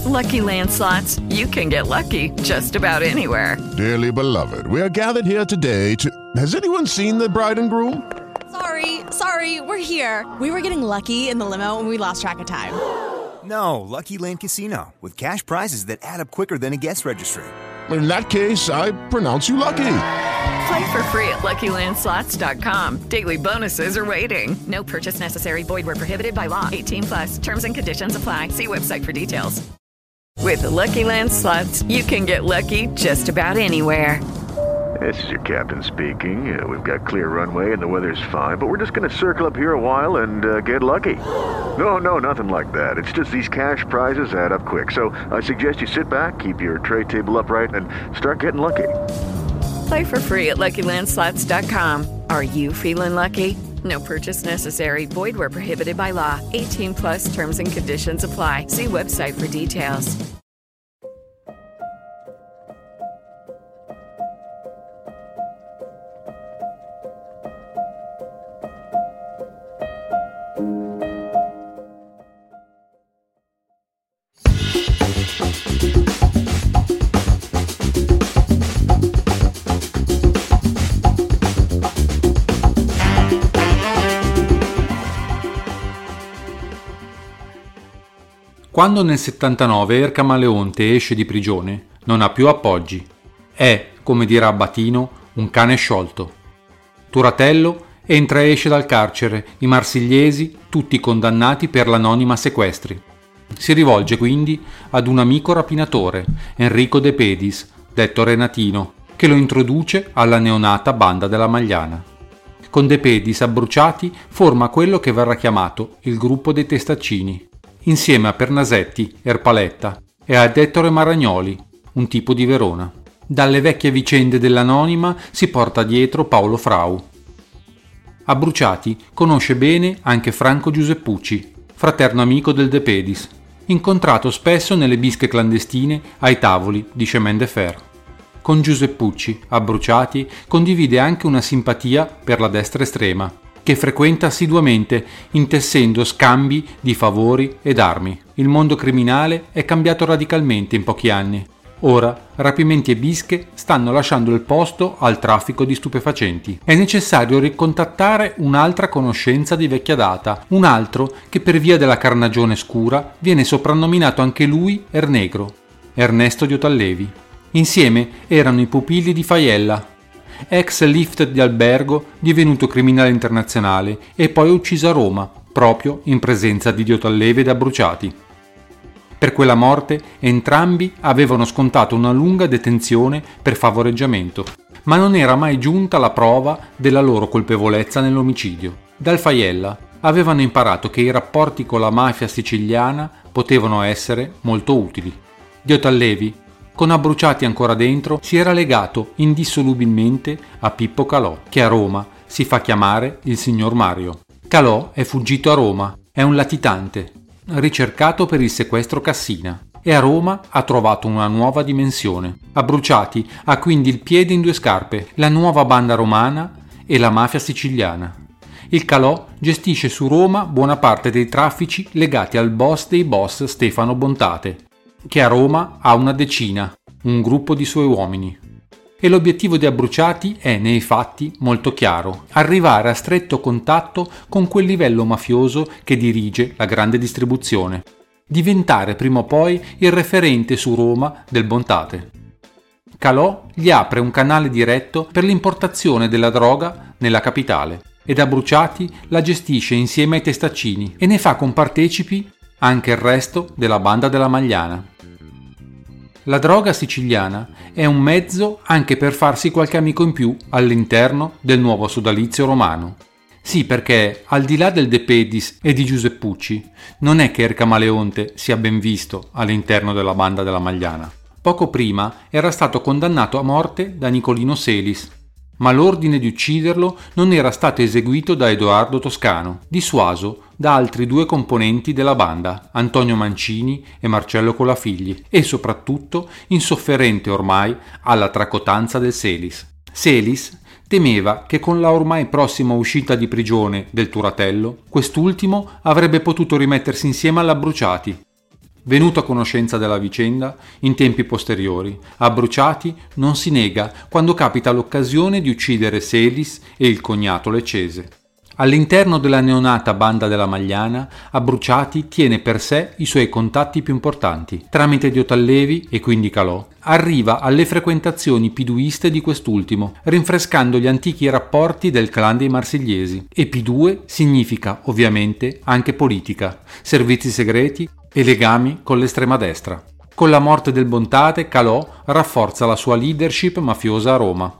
Lucky Land Slots, you can get lucky just about anywhere. Dearly beloved, we are gathered here today to... Has anyone seen the bride and groom? Sorry, we're here. We were getting lucky in the limo and we lost track of time. No, Lucky Land Casino, with cash prizes that add up quicker than a guest registry. In that case, I pronounce you lucky. Play for free at LuckyLandSlots.com. Daily bonuses are waiting. No purchase necessary. Void where prohibited by law. 18+. Terms and conditions apply. See website for details. With the Lucky Land Slots, you can get lucky just about anywhere. This is your captain speaking. We've got clear runway and the weather's fine, but we're just going to circle up here a while and get lucky. No, nothing like that. It's just these cash prizes add up quick. So I suggest you sit back, keep your tray table upright, and start getting lucky. Play for free at LuckyLandSlots.com. Are you feeling lucky? No purchase necessary. Void where prohibited by law. 18+ terms and conditions apply. See website for details. Quando nel 79 Ercamaleonte esce di prigione, non ha più appoggi. È, come dirà Abatino, un cane sciolto. Turatello entra e esce dal carcere, i marsigliesi, tutti condannati per l'anonima sequestri. Si rivolge quindi ad un amico rapinatore, Enrico De Pedis, detto Renatino, che lo introduce alla neonata banda della Magliana. Con De Pedis Abbruciati forma quello che verrà chiamato il gruppo dei Testaccini, insieme a Pernasetti, Erpaletta e ad Ettore Maragnoli, un tipo di Verona. Dalle vecchie vicende dell'anonima si porta dietro Paolo Frau. Abbruciati conosce bene anche Franco Giuseppucci, fraterno amico del De Pedis, incontrato spesso nelle bische clandestine ai tavoli di Chemin de Fer. Con Giuseppucci, Abbruciati condivide anche una simpatia per la destra estrema, che frequenta assiduamente, intessendo scambi di favori ed armi. Il mondo criminale è cambiato radicalmente in pochi anni. Ora, rapimenti e bische stanno lasciando il posto al traffico di stupefacenti. È necessario ricontattare un'altra conoscenza di vecchia data, un altro che per via della carnagione scura viene soprannominato anche lui Ernegro, Ernesto Diotallevi. Insieme erano i pupilli di Faiella, ex lifter di albergo divenuto criminale internazionale e poi ucciso a Roma, proprio in presenza di Diotallevi ed Abbruciati. Per quella morte entrambi avevano scontato una lunga detenzione per favoreggiamento, ma non era mai giunta la prova della loro colpevolezza nell'omicidio. Dal Faiella avevano imparato che i rapporti con la mafia siciliana potevano essere molto utili. Diotallevi, con Abbruciati ancora dentro, si era legato indissolubilmente a Pippo Calò, che a Roma si fa chiamare il signor Mario. Calò è fuggito a Roma, è un latitante, ricercato per il sequestro Cassina, e a Roma ha trovato una nuova dimensione. Abbruciati ha quindi il piede in due scarpe, la nuova banda romana e la mafia siciliana. Il Calò gestisce su Roma buona parte dei traffici legati al boss dei boss Stefano Bontate, che a Roma ha una decina, un gruppo di suoi uomini. E l'obiettivo di Abbruciati è, nei fatti, molto chiaro: arrivare a stretto contatto con quel livello mafioso che dirige la grande distribuzione, diventare prima o poi il referente su Roma del Bontate. Calò gli apre un canale diretto per l'importazione della droga nella capitale, ed Abbruciati la gestisce insieme ai Testaccini e ne fa compartecipi anche il resto della banda della Magliana. La droga siciliana è un mezzo anche per farsi qualche amico in più all'interno del nuovo sodalizio romano. Sì, perché al di là del De Pedis e di Giuseppucci, non è che Ercamaleonte sia ben visto all'interno della banda della Magliana. Poco prima era stato condannato a morte da Nicolino Selis, ma l'ordine di ucciderlo non era stato eseguito da Edoardo Toscano, dissuaso da altri due componenti della banda, Antonio Mancini e Marcello Colafigli, e soprattutto insofferente ormai alla tracotanza del Selis. Selis temeva che con la ormai prossima uscita di prigione del Turatello, quest'ultimo avrebbe potuto rimettersi insieme all'Abbruciati. Venuto a conoscenza della vicenda in tempi posteriori, a Bruciati non si nega quando capita l'occasione di uccidere Selis e il cognato Leccese. All'interno della neonata banda della Magliana, a Bruciati tiene per sé i suoi contatti più importanti. Tramite Diotallevi, e quindi Calò, arriva alle frequentazioni piduiste di quest'ultimo, rinfrescando gli antichi rapporti del clan dei Marsigliesi. E P2 significa, ovviamente, anche politica, servizi segreti e legami con l'estrema destra. Con la morte del Bontate, Calò rafforza la sua leadership mafiosa a Roma.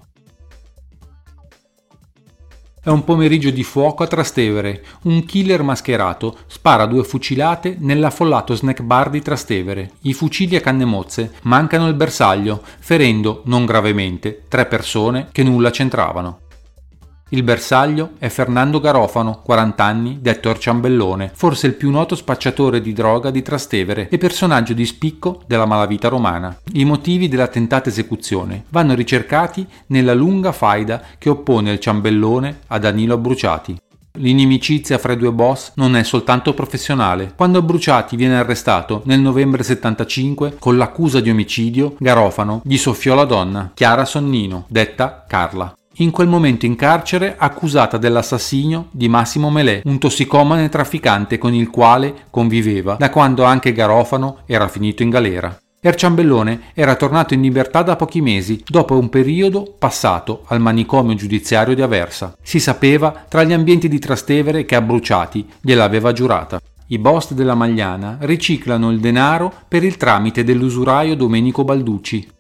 È un pomeriggio di fuoco a Trastevere. Un killer mascherato spara 2 fucilate nell'affollato snack bar di Trastevere. I fucili a canne mozze mancano il bersaglio, ferendo, non gravemente, 3 persone che nulla c'entravano. Il bersaglio è Fernando Garofano, 40 anni, detto Erciambellone, forse il più noto spacciatore di droga di Trastevere e personaggio di spicco della malavita romana. I motivi della tentata esecuzione vanno ricercati nella lunga faida che oppone il Ciambellone a Danilo Bruciati. L'inimicizia fra i 2 boss non è soltanto professionale. Quando Bruciati viene arrestato nel novembre 75 con l'accusa di omicidio, Garofano gli soffiò la donna, Chiara Sonnino, detta Carla. In quel momento in carcere accusata dell'assassinio di Massimo Melè, un tossicomane trafficante con il quale conviveva da quando anche Garofano era finito in galera. Erciambellone era tornato in libertà da pochi mesi, dopo un periodo passato al manicomio giudiziario di Aversa. Si sapeva tra gli ambienti di Trastevere che a Bruciati gliel'aveva giurata. I boss della Magliana riciclano il denaro per il tramite dell'usuraio Domenico Balducci.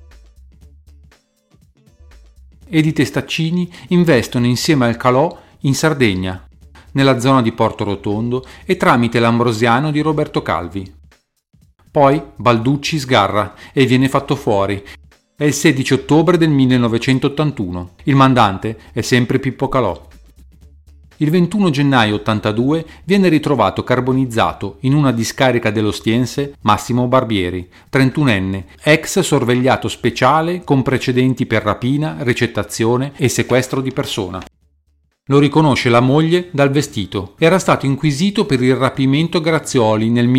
E di Testaccini investono insieme al Calò in Sardegna, nella zona di Porto Rotondo e tramite l'Ambrosiano di Roberto Calvi. Poi Balducci sgarra e viene fatto fuori. È il 16 ottobre del 1981. Il mandante è sempre Pippo Calò. Il 21 gennaio 82 viene ritrovato carbonizzato in una discarica dell'Ostiense Massimo Barbieri, 31enne, ex sorvegliato speciale con precedenti per rapina, ricettazione e sequestro di persona. Lo riconosce la moglie dal vestito. Era stato inquisito per il rapimento Grazioli nel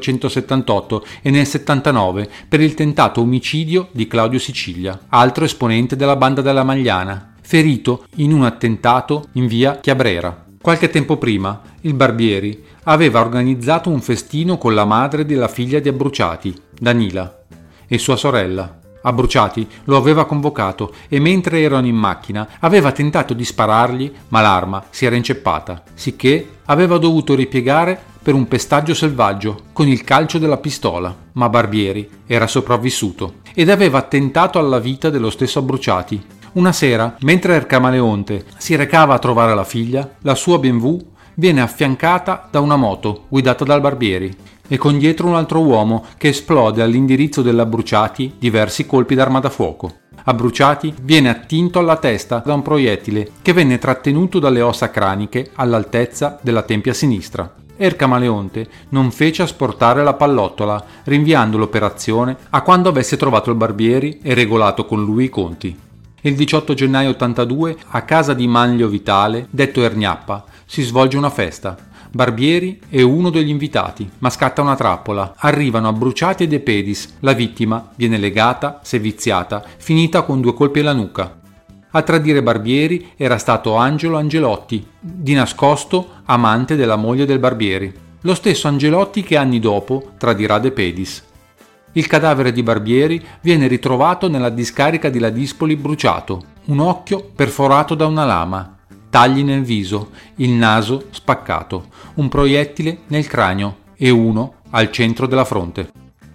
1978 e nel 79 per il tentato omicidio di Claudio Sicilia, altro esponente della banda della Magliana, ferito in un attentato in via Chiabrera. Qualche tempo prima, il Barbieri aveva organizzato un festino con la madre della figlia di Abbruciati, Danila, e sua sorella. Abbruciati lo aveva convocato e mentre erano in macchina aveva tentato di sparargli, ma l'arma si era inceppata, sicché aveva dovuto ripiegare per un pestaggio selvaggio con il calcio della pistola. Ma Barbieri era sopravvissuto ed aveva attentato alla vita dello stesso Abbruciati. Una sera, mentre Ercamaleonte si recava a trovare la figlia, la sua BMW viene affiancata da una moto guidata dal Barbieri e con dietro un altro uomo che esplode all'indirizzo dell'Abbruciati diversi colpi d'arma da fuoco. Abbruciati viene attinto alla testa da un proiettile che venne trattenuto dalle ossa craniche all'altezza della tempia sinistra. Ercamaleonte non fece asportare la pallottola, rinviando l'operazione a quando avesse trovato il Barbieri e regolato con lui i conti. Il 18 gennaio 82, a casa di Manlio Vitale, detto Ergnappa, si svolge una festa. Barbieri è uno degli invitati, ma scatta una trappola. Arrivano Abbruciati e De Pedis. La vittima viene legata, seviziata, finita con 2 colpi alla nuca. A tradire Barbieri era stato Angelo Angelotti, di nascosto amante della moglie del Barbieri. Lo stesso Angelotti che anni dopo tradirà De Pedis. Il cadavere di Barbieri viene ritrovato nella discarica di Ladispoli bruciato, un occhio perforato da una lama, tagli nel viso, il naso spaccato, un proiettile nel cranio e uno al centro della fronte.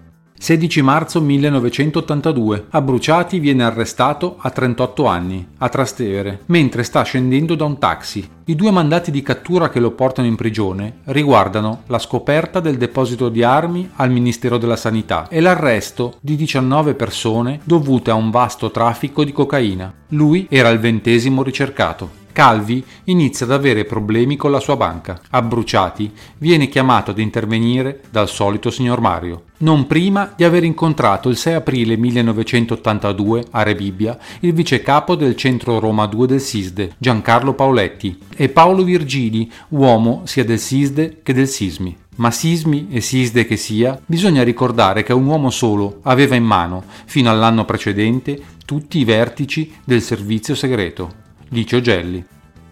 16 marzo 1982. Abbruciati viene arrestato a 38 anni, a Trastevere, mentre sta scendendo da un taxi. I 2 mandati di cattura che lo portano in prigione riguardano la scoperta del deposito di armi al Ministero della Sanità e l'arresto di 19 persone dovute a un vasto traffico di cocaina. Lui era il 20° ricercato. Calvi inizia ad avere problemi con la sua banca. Abbruciati viene chiamato ad intervenire dal solito signor Mario, non prima di aver incontrato il 6 aprile 1982 a Rebibbia il vicecapo del centro Roma 2 del SISDE, Giancarlo Paoletti, e Paolo Virgili, uomo sia del SISDE che del SISMI. Ma sismi e sisde che sia, bisogna ricordare che un uomo solo aveva in mano, fino all'anno precedente, tutti i vertici del servizio segreto. Licio Gelli.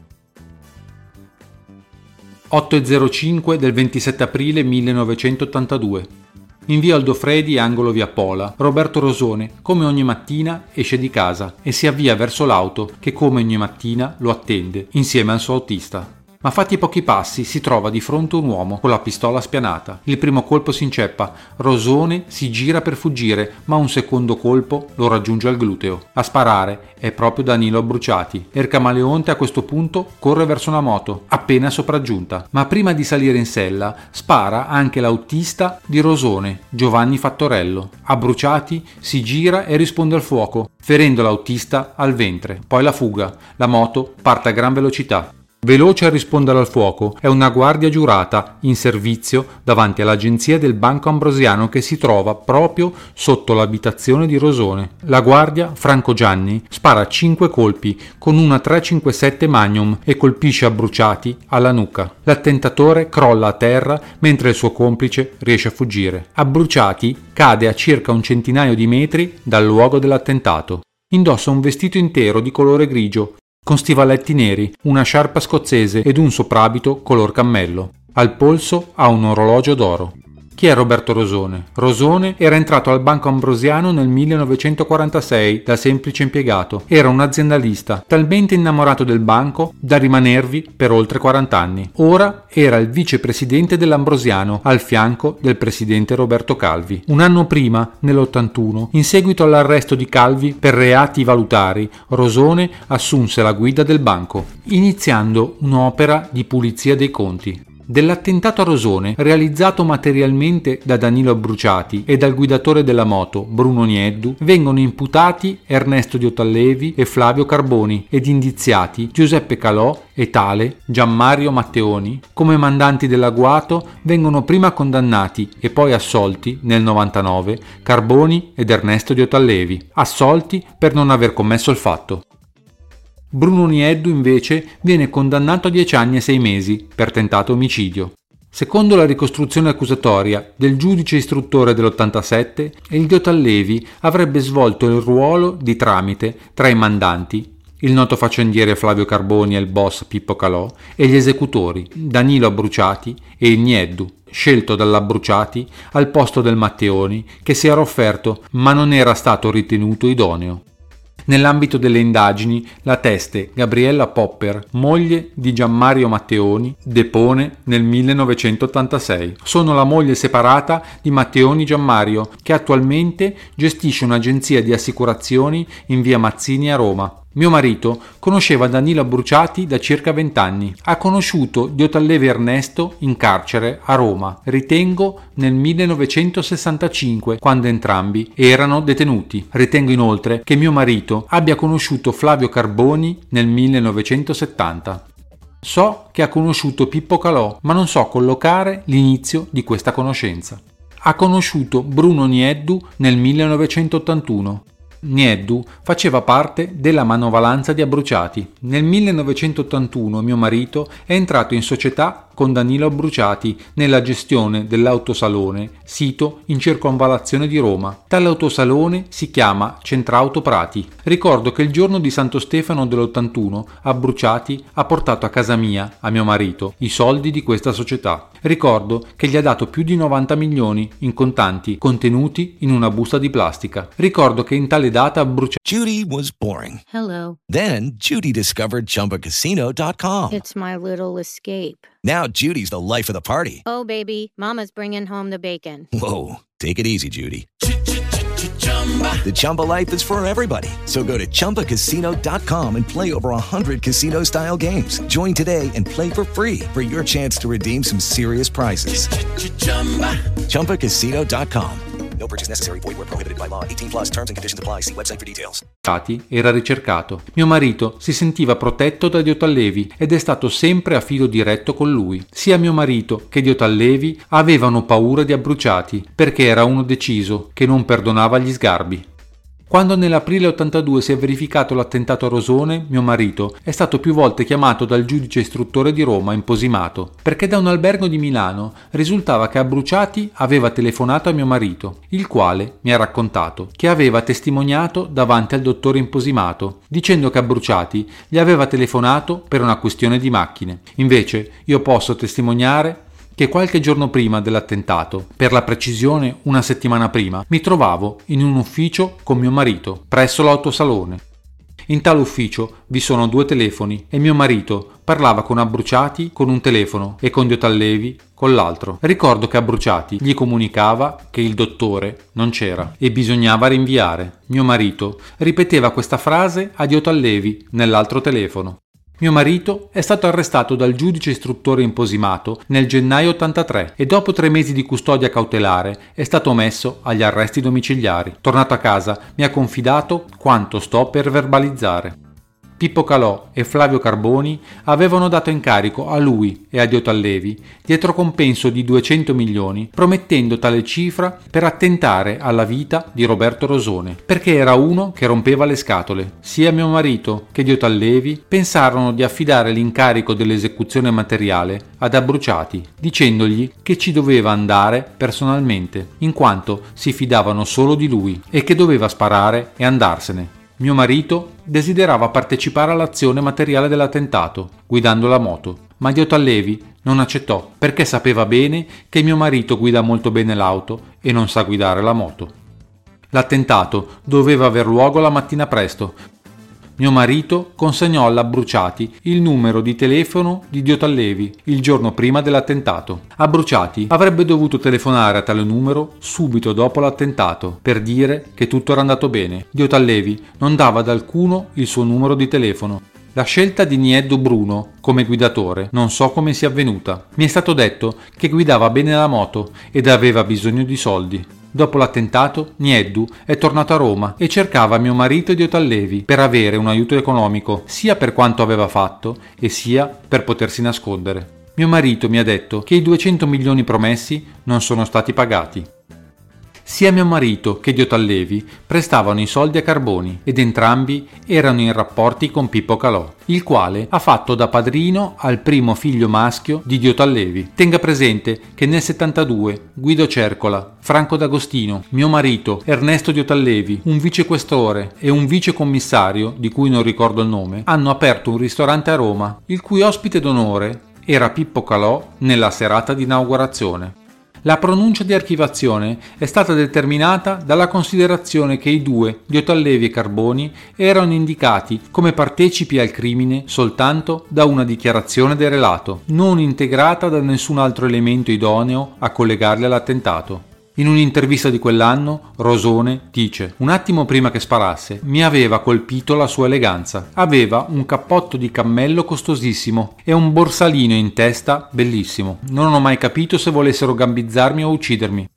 8:05 del 27 aprile 1982. In via Aldo Fredi, angolo via Pola, Roberto Rosone, come ogni mattina, esce di casa e si avvia verso l'auto che, come ogni mattina, lo attende, insieme al suo autista. Ma fatti pochi passi si trova di fronte un uomo con la pistola spianata. Il primo colpo si inceppa, Rosone si gira per fuggire, ma un secondo colpo lo raggiunge al gluteo. A sparare è proprio Danilo Abbruciati. Ercamaleonte a questo punto corre verso una moto, appena sopraggiunta. Ma prima di salire in sella spara anche l'autista di Rosone, Giovanni Fattorello. Abbruciati si gira e risponde al fuoco, ferendo l'autista al ventre. Poi la fuga. La moto parte a gran velocità. Veloce a rispondere al fuoco è una guardia giurata in servizio davanti all'agenzia del Banco Ambrosiano che si trova proprio sotto l'abitazione di Rosone. La guardia, Franco Gianni, spara 5 colpi con una 357 Magnum e colpisce Abbruciati alla nuca. L'attentatore crolla a terra mentre il suo complice riesce a fuggire. Abbruciati cade a circa un centinaio di metri dal luogo dell'attentato. Indossa un vestito intero di colore grigio, con stivaletti neri, una sciarpa scozzese ed un soprabito color cammello. Al polso ha un orologio d'oro. Chi è Roberto Rosone? Rosone era entrato al Banco Ambrosiano nel 1946 da semplice impiegato. Era un aziendalista, talmente innamorato del banco da rimanervi per oltre 40 anni. Ora era il vicepresidente dell'Ambrosiano, al fianco del presidente Roberto Calvi. Un anno prima, nell'81, in seguito all'arresto di Calvi per reati valutari, Rosone assunse la guida del banco, iniziando un'opera di pulizia dei conti. Dell'attentato a Rosone, realizzato materialmente da Danilo Abbruciati e dal guidatore della moto, Bruno Nieddu, vengono imputati Ernesto Diotallevi e Flavio Carboni ed indiziati Giuseppe Calò e tale Gianmario Matteoni. Come mandanti dell'agguato vengono prima condannati e poi assolti nel 99 Carboni ed Ernesto Diotallevi, assolti per non aver commesso il fatto. Bruno Nieddu invece viene condannato a 10 anni e 6 mesi per tentato omicidio. Secondo la ricostruzione accusatoria del giudice istruttore dell'87, il Diotallevi avrebbe svolto il ruolo di tramite tra i mandanti, il noto faccendiere Flavio Carboni e il boss Pippo Calò, e gli esecutori Danilo Abbruciati e il Nieddu, scelto dall'Abbruciati al posto del Matteoni, che si era offerto ma non era stato ritenuto idoneo. Nell'ambito delle indagini, la teste Gabriella Popper, moglie di Gianmario Matteoni, depone nel 1986. Sono la moglie separata di Matteoni Gianmario, che attualmente gestisce un'agenzia di assicurazioni in via Mazzini a Roma. Mio marito conosceva Danilo Abbruciati da circa 20 anni. Ha conosciuto Diotallevi Ernesto in carcere a Roma, ritengo nel 1965, quando entrambi erano detenuti. Ritengo inoltre che mio marito abbia conosciuto Flavio Carboni nel 1970. So che ha conosciuto Pippo Calò, ma non so collocare l'inizio di questa conoscenza. Ha conosciuto Bruno Nieddu nel 1981. Nieddu faceva parte della manovalanza di Abbruciati. Nel 1981 mio marito è entrato in società con Danilo Abbruciati nella gestione dell'autosalone sito in circonvallazione di Roma. Tale autosalone si chiama Centrauto Prati. Ricordo che il giorno di Santo Stefano dell'81 Abbruciati ha portato a casa mia, a mio marito, i soldi di questa società. Ricordo che gli ha dato più di 90 milioni in contanti contenuti in una busta di plastica. Ricordo che in tale data Abbruciati Judy was boring. Hello. Then Judy discovered ChumbaCasino.com. It's my little escape. Now Judy's the life of the party. Oh, baby, mama's bringing home the bacon. Whoa, take it easy, Judy. The Chumba life is for everybody. So go to ChumbaCasino.com and play over 100 casino-style games. Join today and play for free for your chance to redeem some serious prizes. ChumbaCasino.com. No purchase necessary. Void where prohibited by law. 18 plus terms and conditions apply. See website for details. Era ricercato. Mio marito si sentiva protetto da Diotallevi ed è stato sempre a filo diretto con lui. Sia mio marito che Diotallevi avevano paura di Abbruciati perché era uno deciso che non perdonava gli sgarbi. Quando nell'aprile 82 si è verificato l'attentato a Rosone, mio marito è stato più volte chiamato dal giudice istruttore di Roma imposimato, perché da un albergo di Milano risultava che Abruciati aveva telefonato a mio marito, il quale mi ha raccontato che aveva testimoniato davanti al dottore imposimato, dicendo che Abruciati gli aveva telefonato per una questione di macchine. Invece io posso testimoniare che qualche giorno prima dell'attentato, per la precisione una settimana prima, mi trovavo in un ufficio con mio marito, presso l'autosalone. In tale ufficio vi sono 2 telefoni e mio marito parlava con Abruciati con un telefono e con Diotallevi con l'altro. Ricordo che Abruciati gli comunicava che il dottore non c'era e bisognava rinviare. Mio marito ripeteva questa frase a Diotallevi nell'altro telefono. Mio marito è stato arrestato dal giudice istruttore imposimato nel gennaio 83 e dopo 3 mesi di custodia cautelare è stato messo agli arresti domiciliari. Tornato a casa mi ha confidato quanto sto per verbalizzare. Pippo Calò e Flavio Carboni avevano dato incarico a lui e a Diotallevi dietro compenso di 200 milioni, promettendo tale cifra per attentare alla vita di Roberto Rosone, perché era uno che rompeva le scatole. Sia mio marito che Diotallevi pensarono di affidare l'incarico dell'esecuzione materiale ad Abruciati, dicendogli che ci doveva andare personalmente, in quanto si fidavano solo di lui e che doveva sparare e andarsene. Mio marito desiderava partecipare all'azione materiale dell'attentato, guidando la moto, ma Diotallevi non accettò perché sapeva bene che mio marito guida molto bene l'auto e non sa guidare la moto. L'attentato doveva aver luogo la mattina presto. Mio marito consegnò all'Abruciati il numero di telefono di Diotallevi il giorno prima dell'attentato. Abruciati avrebbe dovuto telefonare a tale numero subito dopo l'attentato per dire che tutto era andato bene. Diotallevi non dava ad alcuno il suo numero di telefono. La scelta di Nieddu Bruno come guidatore non so come sia avvenuta. Mi è stato detto che guidava bene la moto ed aveva bisogno di soldi. Dopo l'attentato, Nieddu è tornato a Roma e cercava mio marito e Diotallevi per avere un aiuto economico, sia per quanto aveva fatto e sia per potersi nascondere. Mio marito mi ha detto che i 200 milioni promessi non sono stati pagati. Sia mio marito che Diotallevi prestavano i soldi a Carboni ed entrambi erano in rapporti con Pippo Calò, il quale ha fatto da padrino al primo figlio maschio di Diotallevi. Tenga presente che nel 72 Guido Cercola, Franco D'Agostino, mio marito, Ernesto Diotallevi, un vicequestore e un vicecommissario, di cui non ricordo il nome, hanno aperto un ristorante a Roma, il cui ospite d'onore era Pippo Calò nella serata di inaugurazione. La pronuncia di archiviazione è stata determinata dalla considerazione che i 2, Diotallevi e Carboni, erano indicati come partecipi al crimine soltanto da una dichiarazione del relato, non integrata da nessun altro elemento idoneo a collegarli all'attentato. In un'intervista di quell'anno, Rosone dice: un attimo prima che sparasse mi aveva colpito la sua eleganza. Aveva un cappotto di cammello costosissimo e un borsalino in testa bellissimo. Non ho mai capito se volessero gambizzarmi o uccidermi.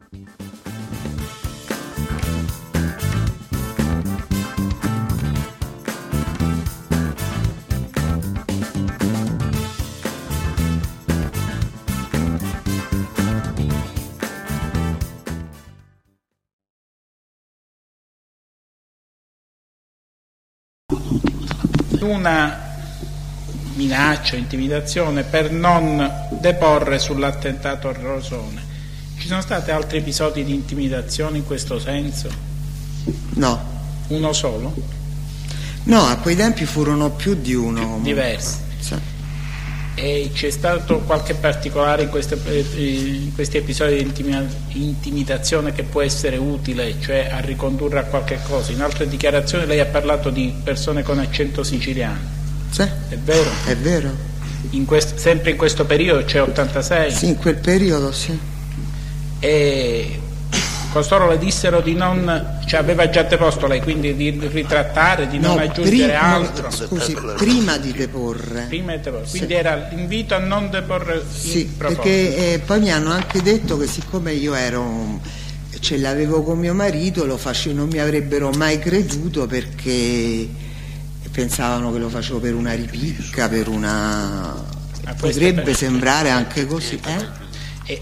Una minaccia, intimidazione per non deporre sull'attentato a Rosone. Ci sono stati altri episodi di intimidazione in questo senso? No. Uno solo? No, a quei tempi furono più di uno. Diversi. Sì. E c'è stato qualche particolare in questi episodi di intimidazione che può essere utile, cioè a ricondurre a qualche cosa? In altre dichiarazioni lei ha parlato di persone con accento siciliano. Sì. È vero? È vero. Sempre in questo periodo, cioè 86? Sì, in quel periodo sì. E costoro le dissero di non, cioè aveva già deposto lei, quindi di ritrattare, di non aggiungere altro. Scusi, prima di deporre. Prima di deporre. Quindi sì. Era l'invito a non deporre. Sì, perché poi mi hanno anche detto che siccome io ce l'avevo con mio marito, non mi avrebbero mai creduto perché pensavano che lo facevo per una ripicca, per una... potrebbe sembrare anche così,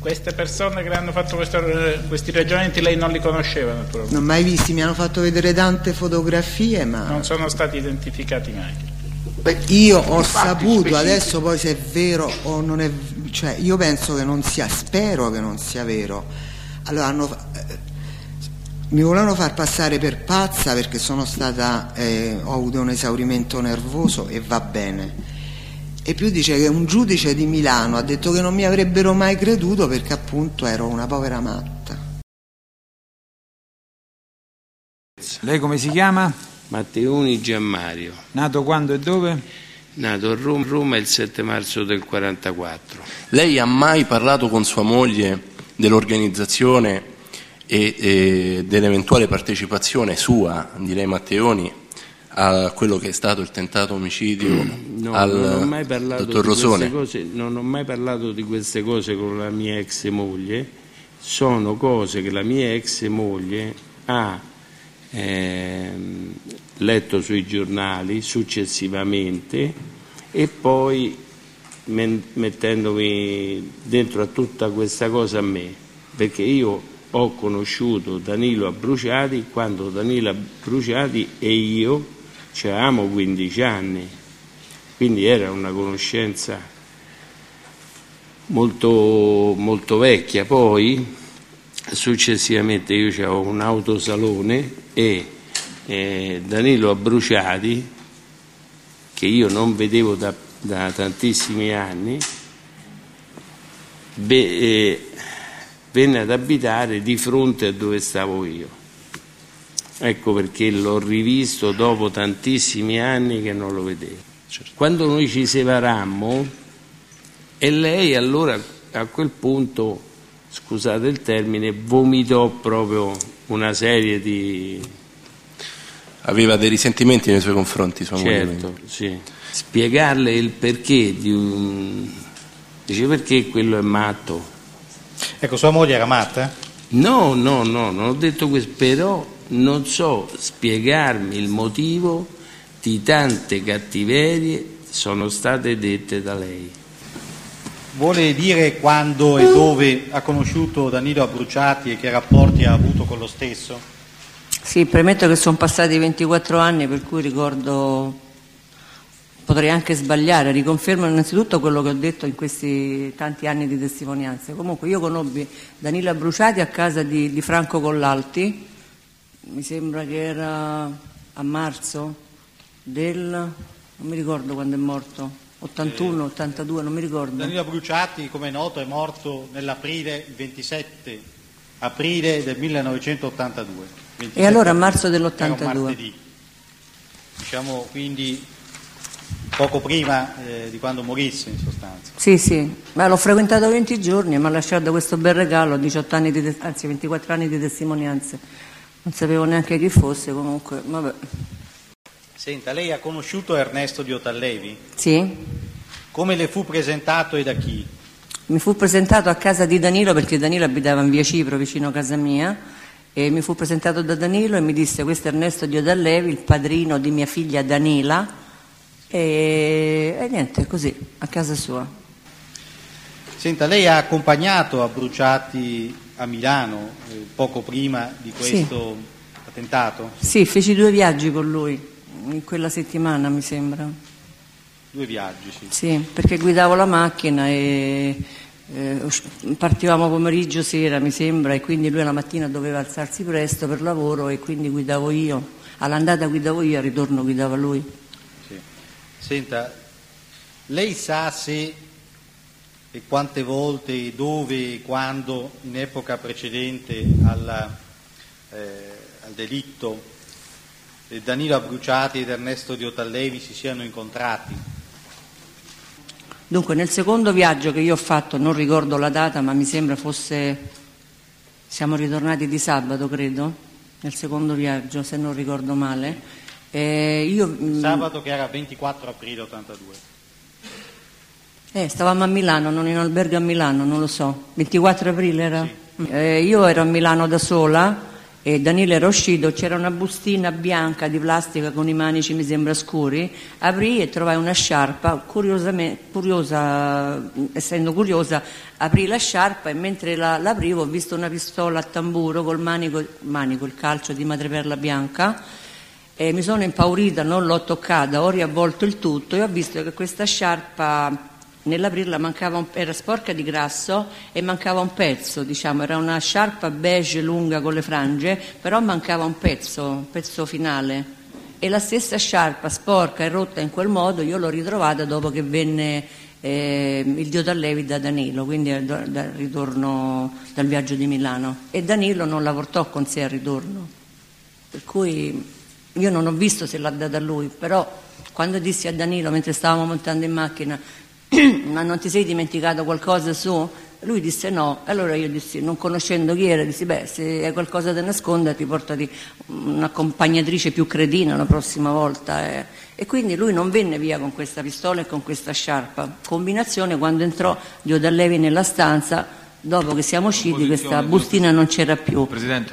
Queste persone che hanno fatto questi ragionamenti lei non li conosceva naturalmente? Non mai visti, mi hanno fatto vedere tante fotografie, ma non sono stati identificati mai. Io ho saputo, adesso poi se è vero o non è, cioè io penso che non sia, spero che non sia vero. Allora mi volevano far passare per pazza perché sono stata, ho avuto un esaurimento nervoso e va bene. E più dice che un giudice di Milano ha detto che non mi avrebbero mai creduto perché appunto ero una povera matta. Lei come si chiama? Matteoni Gianmario. Nato quando e dove? Nato a Roma il 7 marzo del 44. Lei ha mai parlato con sua moglie dell'organizzazione e dell'eventuale partecipazione sua, di lei Matteoni, a quello che è stato il tentato omicidio al dottor Rosone? Non ho mai parlato di queste cose con la mia ex moglie, sono cose che la mia ex moglie ha letto sui giornali successivamente e poi mettendomi dentro a tutta questa cosa a me, perché io ho conosciuto Danilo Abruciati quando Danilo Abruciati e io avevamo 15 anni, quindi era una conoscenza molto, molto vecchia. Poi successivamente io avevo un autosalone e Danilo Abruciati, che io non vedevo da tantissimi anni, venne ad abitare di fronte a dove stavo io. Ecco perché l'ho rivisto dopo tantissimi anni che non lo vedevo. Quando noi ci separammo, e lei allora a quel punto, scusate il termine, vomitò proprio una serie di... Aveva dei risentimenti nei suoi confronti, sua moglie? Certo, sì. Spiegarle il perché dice perché quello è matto. Ecco, sua moglie era matta? No, non ho detto questo, però non so spiegarmi il motivo di tante cattiverie sono state dette da lei. Vuole dire quando e dove ha conosciuto Danilo Abruciati e che rapporti ha avuto con lo stesso? Sì, premetto che sono passati 24 anni, per cui ricordo, potrei anche sbagliare, riconfermo innanzitutto quello che ho detto in questi tanti anni di testimonianze. Comunque io conobbi Danilo Abruciati a casa di Franco Collalti, mi sembra che era a marzo non mi ricordo quando è morto, 81, 82, non mi ricordo. Danilo Abruciati, come è noto, è morto nell'aprile, il 27 aprile del 1982. E allora a marzo dell'82. Martedì, diciamo quindi poco prima di quando morisse in sostanza. Sì, ma l'ho frequentato 20 giorni e mi ha lasciato questo bel regalo, 18 anni 24 anni di testimonianze. Non sapevo neanche chi fosse, comunque, vabbè. Senta, lei ha conosciuto Ernesto di Otallevi? Sì. Come le fu presentato e da chi? Mi fu presentato a casa di Danilo, perché Danilo abitava in via Cipro, vicino a casa mia, e mi fu presentato da Danilo e mi disse: questo è Ernesto di Otallevi, il padrino di mia figlia Danila, e niente, così, a casa sua. Senta, lei ha accompagnato Abruciati a Milano poco prima di questo attentato? Sì, feci 2 viaggi con lui in quella settimana, mi sembra. 2 viaggi, sì. Sì, perché guidavo la macchina e partivamo pomeriggio sera, mi sembra, e quindi lui la mattina doveva alzarsi presto per lavoro e quindi guidavo io. All'andata guidavo io, al ritorno guidava lui. Sì. Senta, lei sa se e quante volte, dove e quando in epoca precedente al delitto Danilo Abruciati ed Ernesto di Otallevi si siano incontrati? Dunque, nel secondo viaggio che io ho fatto, non ricordo la data, ma mi sembra siamo ritornati di sabato, credo, nel secondo viaggio, se non ricordo male. Sabato che era 24 aprile 82. Stavamo a Milano, non in albergo a Milano, non lo so, 24 aprile era? Sì. Io ero a Milano da sola e Danilo era uscito, c'era una bustina bianca di plastica con i manici mi sembra scuri, aprì e trovai una sciarpa, essendo curiosa aprì la sciarpa e mentre l'aprivo ho visto una pistola a tamburo col manico, il calcio di madreperla bianca, e mi sono impaurita, non l'ho toccata, ho riavvolto il tutto e ho visto che questa sciarpa nell'aprirla era sporca di grasso e mancava un pezzo, diciamo, era una sciarpa beige lunga con le frange, però mancava un pezzo finale, e la stessa sciarpa sporca e rotta in quel modo io l'ho ritrovata dopo che venne il Dio d'Allevi da Danilo, quindi dal ritorno dal viaggio di Milano, e Danilo non la portò con sé al ritorno, per cui io non ho visto se l'ha data a lui, però quando dissi a Danilo mentre stavamo montando in macchina ma non ti sei dimenticato qualcosa su? Lui disse no, allora io dissi, non conoscendo chi era, dissi beh, se hai qualcosa da nascondere portati un'accompagnatrice più cretina la prossima volta, e quindi lui non venne via con questa pistola e con questa sciarpa, combinazione quando entrò Dio d'Allevi nella stanza, dopo che siamo usciti questa bustina non c'era più. Presidente,